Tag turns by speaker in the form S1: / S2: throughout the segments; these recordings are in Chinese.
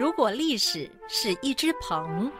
S1: 如果历史是一只鹏，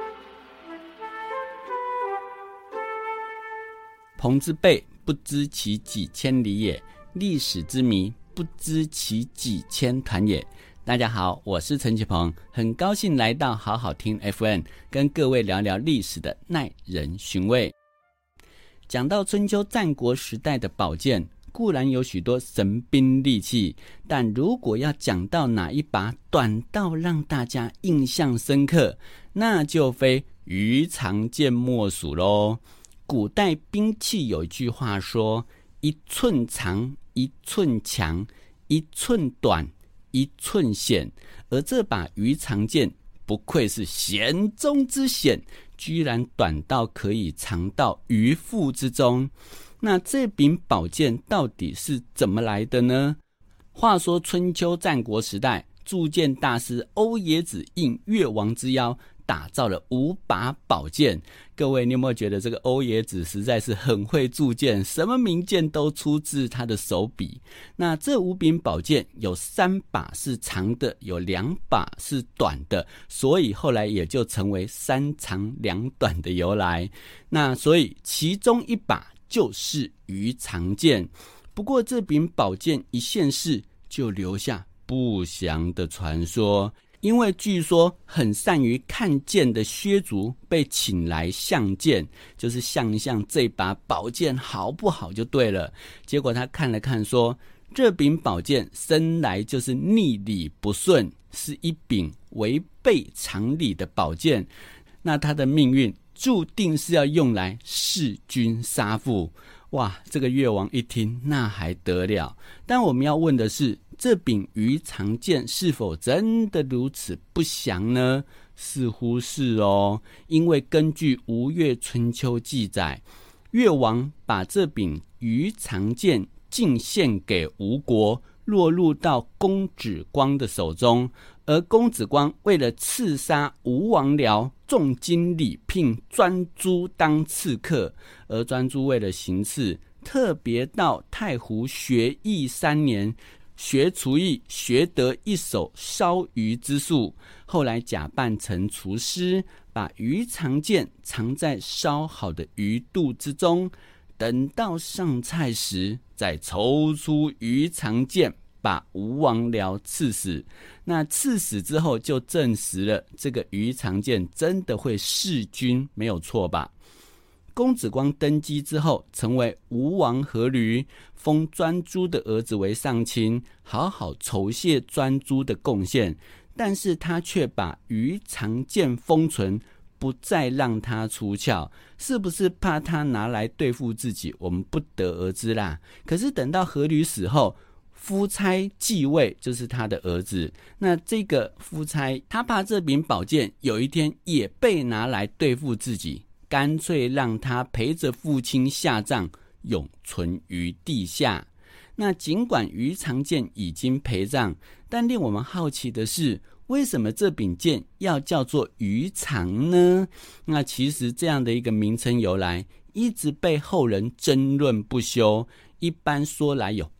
S2: 鹏之背，不知其几千里也；历史之谜，不知其几千团也。大家好，我是陈启鹏，很高兴来到好好听 FM， 跟各位聊聊历史的耐人寻味。讲到春秋战国时代的宝剑，固然有许多神兵利器，但如果要讲到哪一把短到让大家印象深刻，那就非鱼肠剑莫属咯。古代兵器有一句话说：一寸长，一寸强，一寸短，一寸险。而这把鱼肠剑不愧是险中之险，居然短到可以藏到鱼腹之中。那这柄宝剑到底是怎么来的呢？话说春秋战国时代，铸剑大师欧冶子应越王之邀，打造了5把宝剑。各位，你有没有觉得这个欧冶子实在是很会铸剑，什么名剑都出自他的手笔？那这5柄宝剑有3把是长的，有2把是短的，所以后来也就成为3长2短的由来。那所以其中1把就是鱼肠剑。不过这柄宝剑一现世，就留下不祥的传说。因为据说很善于看剑的薛族被请来相剑，就是相一相这把宝剑好不好就对了。结果他看了看说，这柄宝剑生来就是逆理不顺，是一柄违背常理的宝剑，那他的命运注定是要用来弑君杀父。哇，这个越王一听，那还得了？但我们要问的是，这柄鱼肠剑是否真的如此不祥呢？似乎是哦，因为根据《吴越春秋》记载，越王把这柄鱼肠剑进献给吴国，落入到公子光的手中。而公子光为了刺杀吴王僚，重金礼聘专诸当刺客，而专诸为了行刺，特别到太湖学艺3年，学厨艺，学得一手烧鱼之术。后来假扮成厨师，把鱼肠剑藏在烧好的鱼肚之中，等到上菜时，再抽出鱼肠剑，把吴王僚刺死。那刺死之后，就证实了这个鱼肠剑真的会弑君，没有错吧？公子光登基之后，成为吴王阖闾，封专诸的儿子为上卿，好好酬谢专诸的贡献。但是他却把鱼肠剑封存，不再让他出鞘，是不是怕他拿来对付自己？我们不得而知啦。可是等到阖闾死后，夫差继位，就是他的儿子。那这个夫差，他怕这柄宝剑有一天也被拿来对付自己，干脆让他陪着父亲下葬，永存于地下。那尽管鱼肠剑已经陪葬，但令我们好奇的是，为什么这柄剑要叫做鱼肠呢？那其实这样的一个名称由来，一直被后人争论不休。一般说来有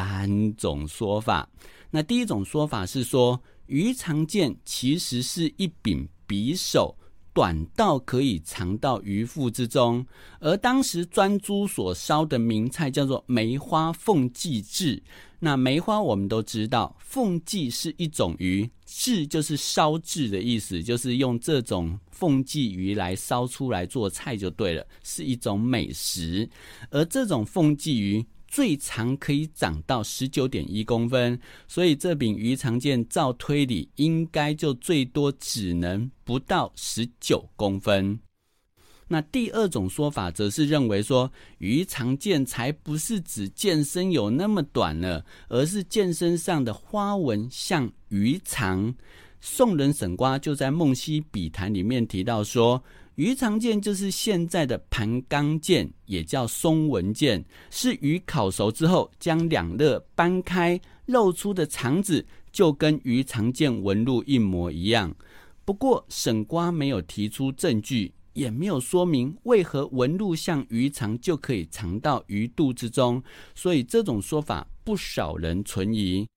S2: 3种说法。那第一种说法是说，鱼肠剑其实是一柄匕首，短到可以藏到鱼腹之中。而当时专诸所烧的名菜叫做梅花凤鲫炙。那梅花我们都知道，凤鲫是一种鱼，炙就是烧制的意思，就是用这种凤鲫鱼来烧出来做菜就对了，是一种美食。而这种凤鲫鱼最长可以长到 19.1 公分，所以这柄鱼肠剑照推理应该就最多只能不到19公分。那第二种说法则是认为说，鱼肠剑才不是指剑身有那么短了，而是剑身上的花纹像鱼肠。宋人沈瓜就在《梦溪笔谈》里面提到说，鱼肠剑就是现在的盘钢剑，也叫松纹剑，是鱼烤熟之后将两肋掰开，露出的肠子就跟鱼肠剑纹路一模一样。不过沈瓜没有提出证据，也没有说明为何纹路像鱼肠就可以藏到鱼肚之中，所以这种说法不少人存疑。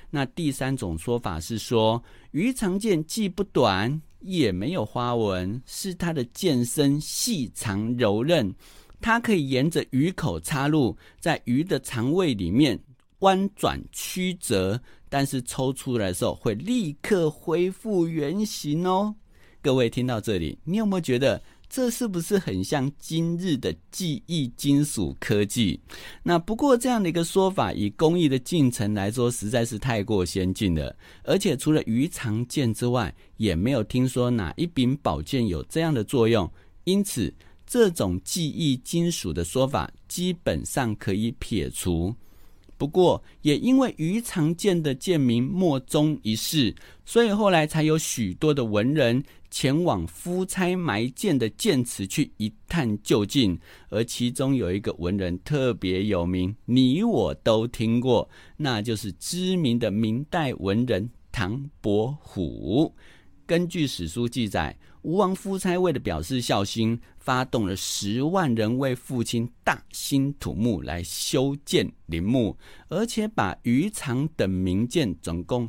S2: 那第三种说法是说，鱼肠剑既不短也没有花纹，是它的剑身细长柔韧，它可以沿着鱼口插入，在鱼的肠胃里面弯转曲折，但是抽出来的时候会立刻恢复原形哦。各位听到这里，你有没有觉得这是不是很像今日的记忆金属科技？那不过这样的一个说法，以工艺的进程来说，实在是太过先进了。而且除了鱼肠剑之外，也没有听说哪一柄宝剑有这样的作用。因此，这种记忆金属的说法基本上可以撇除。不过也因为鱼肠剑的剑名莫衷一是，所以后来才有许多的文人前往夫差埋剑的剑池去一探究竟。而其中有一个文人特别有名，你我都听过，那就是知名的明代文人唐伯虎。根据史书记载，吴王夫差为了表示孝心，发动了10万人为父亲大兴土木来修建陵墓，而且把鱼肠等名剑总共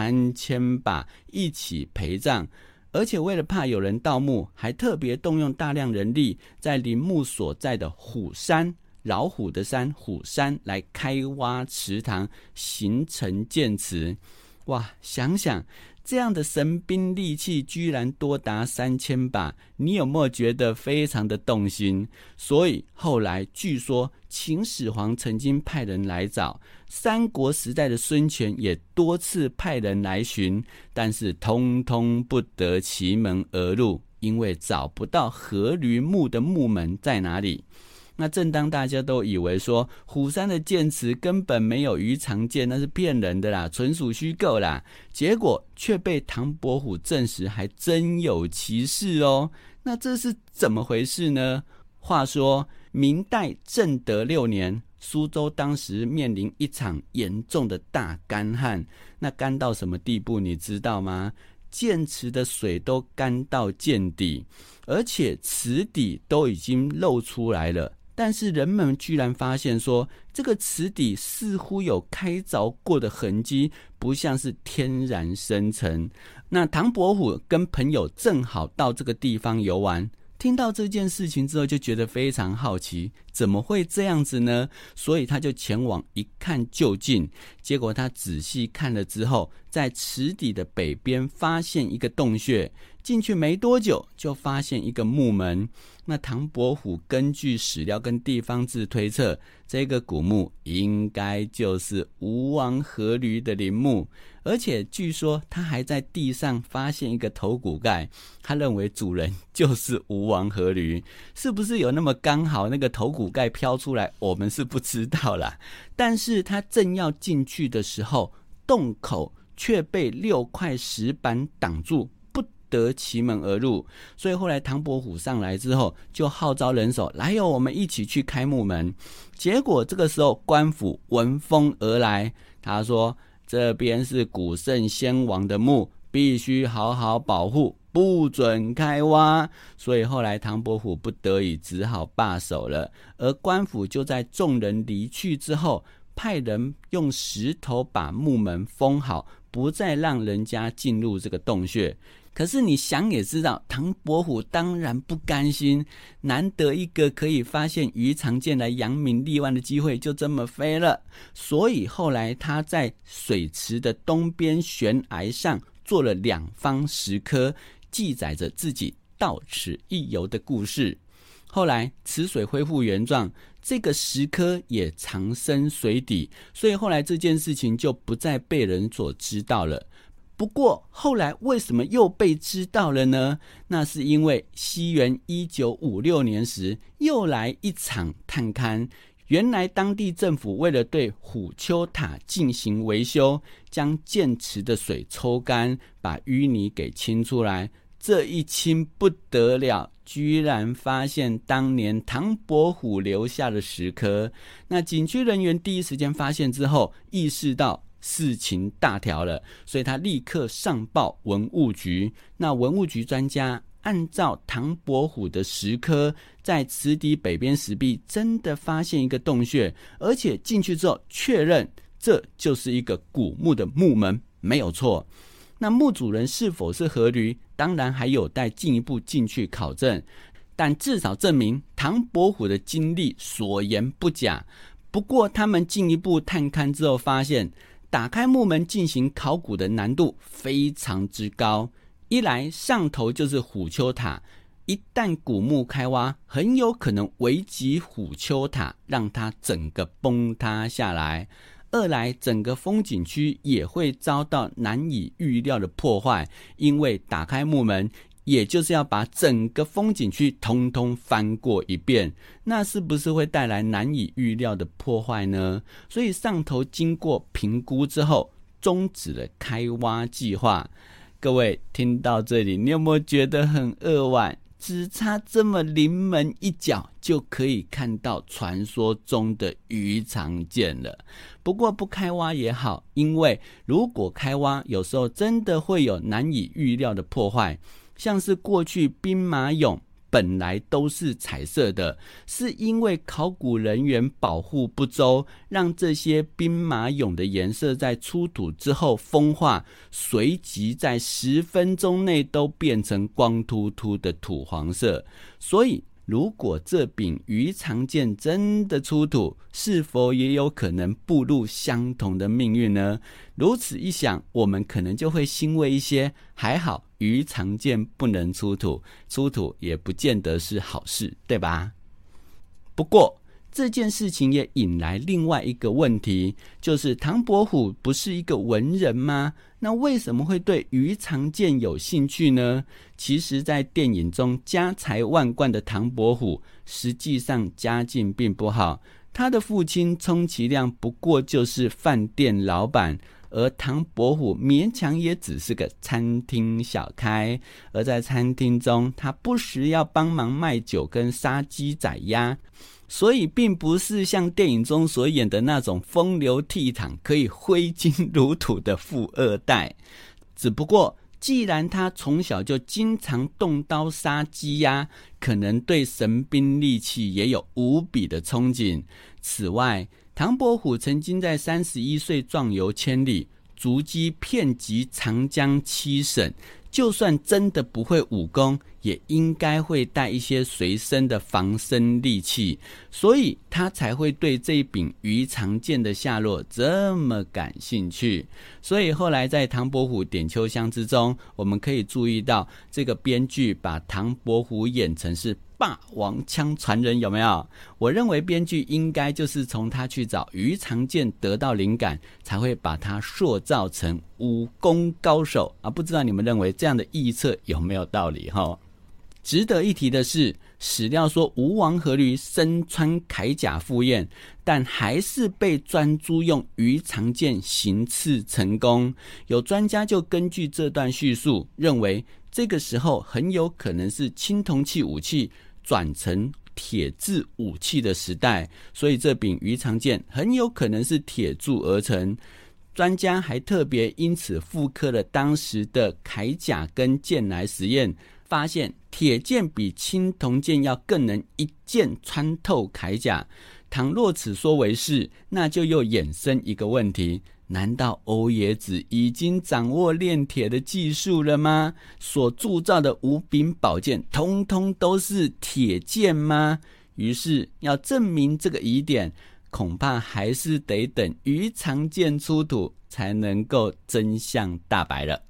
S2: 3000把一起陪葬。而且为了怕有人盗墓，还特别动用大量人力，在陵墓所在的虎山，老虎的山，虎山来开挖池塘，形成剑池。哇，想想这样的神兵利器居然多达3000把，你有没有觉得非常的动心？所以后来据说秦始皇曾经派人来找，三国时代的孙权也多次派人来寻，但是通通不得其门而入，因为找不到阖闾墓的墓门在哪里。那正当大家都以为说虎山的剑池根本没有鱼肠剑，那是骗人的啦，纯属虚构啦，结果却被唐伯虎证实还真有其事哦。那这是怎么回事呢？话说明代正德6年，苏州当时面临一场严重的大干旱，那干到什么地步你知道吗？剑池的水都干到见底，而且池底都已经露出来了，但是人们居然发现说，这个池底似乎有开凿过的痕迹，不像是天然生成。那唐伯虎跟朋友正好到这个地方游玩，听到这件事情之后就觉得非常好奇，怎么会这样子呢？所以他就前往一看究竟。结果他仔细看了之后，在池底的北边发现一个洞穴，进去没多久就发现一个墓门。那唐伯虎根据史料跟地方志推测，这个古墓应该就是吴王阖闾的陵墓，而且据说他还在地上发现一个头骨盖，他认为主人就是吴王阖闾。是不是有那么刚好那个头骨盖飘出来，我们是不知道啦。但是他正要进去的时候，洞口却被6块石板挡住，不得其门而入。所以后来唐伯虎上来之后，就号召人手来我们一起去开墓门。结果这个时候官府闻风而来，他说这边是古圣先王的墓，必须好好保护，不准开挖。所以后来唐伯虎不得已只好罢手了，而官府就在众人离去之后，派人用石头把墓门封好，不再让人家进入这个洞穴。可是你想也知道，唐伯虎当然不甘心，难得一个可以发现鱼肠剑来扬名立万的机会就这么飞了。所以后来他在水池的东边悬崖上做了2方石刻，记载着自己到此一游的故事。后来池水恢复原状，这个石刻也藏身水底，所以后来这件事情就不再被人所知道了。不过后来为什么又被知道了呢？那是因为西元1956年时又来一场探勘，原来当地政府为了对虎丘塔进行维修，将剑池的水抽干，把淤泥给清出来。这一清不得了，居然发现当年唐伯虎留下的石刻。那景区人员第一时间发现之后，意识到事情大条了，所以他立刻上报文物局。那文物局专家按照唐伯虎的石刻，在池底北边石壁真的发现一个洞穴，而且进去之后确认这就是一个古墓的墓门，没有错。那墓主人是否是阖闾，当然还有待进一步进去考证，但至少证明唐伯虎的经历所言不假。不过他们进一步探勘之后发现，打开墓门进行考古的难度非常之高。一来上头就是虎丘塔，一旦古墓开挖，很有可能危及虎丘塔，让它整个崩塌下来。二来整个风景区也会遭到难以预料的破坏，因为打开墓门也就是要把整个风景区通通翻过一遍，那是不是会带来难以预料的破坏呢？所以上头经过评估之后终止了开挖计划。各位听到这里，你有没有觉得很扼腕？只差这么临门一脚就可以看到传说中的鱼肠剑了。不过不开挖也好，因为如果开挖，有时候真的会有难以预料的破坏，像是过去兵马俑本来都是彩色的，是因为考古人员保护不周，让这些兵马俑的颜色在出土之后风化，随即在10分钟内都变成光秃秃的土黄色。所以如果这柄鱼肠剑真的出土，是否也有可能步入相同的命运呢？如此一想，我们可能就会欣慰一些，还好鱼肠剑不能出土，出土也不见得是好事，对吧？不过这件事情也引来另外一个问题，就是唐伯虎不是一个文人吗？那为什么会对鱼肠剑有兴趣呢？其实在电影中家财万贯的唐伯虎实际上家境并不好，他的父亲充其量不过就是饭店老板，而唐伯虎勉强也只是个餐厅小开，而在餐厅中他不时要帮忙卖酒跟杀鸡宰鸭，所以并不是像电影中所演的那种风流倜傥可以挥金如土的富二代。只不过既然他从小就经常动刀杀鸡鸭，可能对神兵利器也有无比的憧憬。此外，唐伯虎曾经在31岁壮游千里，足迹遍及长江7省，就算真的不会武功，也应该会带一些随身的防身利器，所以他才会对这一柄鱼肠剑的下落这么感兴趣。所以后来在唐伯虎点秋香之中，我们可以注意到这个编剧把唐伯虎演成是霸王枪传人，有没有？我认为编剧应该就是从他去找鱼肠剑得到灵感，才会把他塑造成武功高手啊！不知道你们认为这样的臆测有没有道理齁？值得一提的是，史料说吴王阖闾身穿铠甲赴宴，但还是被专诸用鱼肠剑行刺成功。有专家就根据这段叙述，认为这个时候很有可能是青铜器武器转成铁制武器的时代，所以这柄鱼肠剑很有可能是铁铸而成。专家还特别因此复刻了当时的铠甲跟剑来实验，发现铁剑比青铜剑要更能一剑穿透铠甲。倘若此说为是，那就又衍生一个问题，难道欧冶子已经掌握炼铁的技术了吗？所铸造的5柄宝剑通通都是铁剑吗？于是要证明这个疑点，恐怕还是得等鱼肠剑出土才能够真相大白了。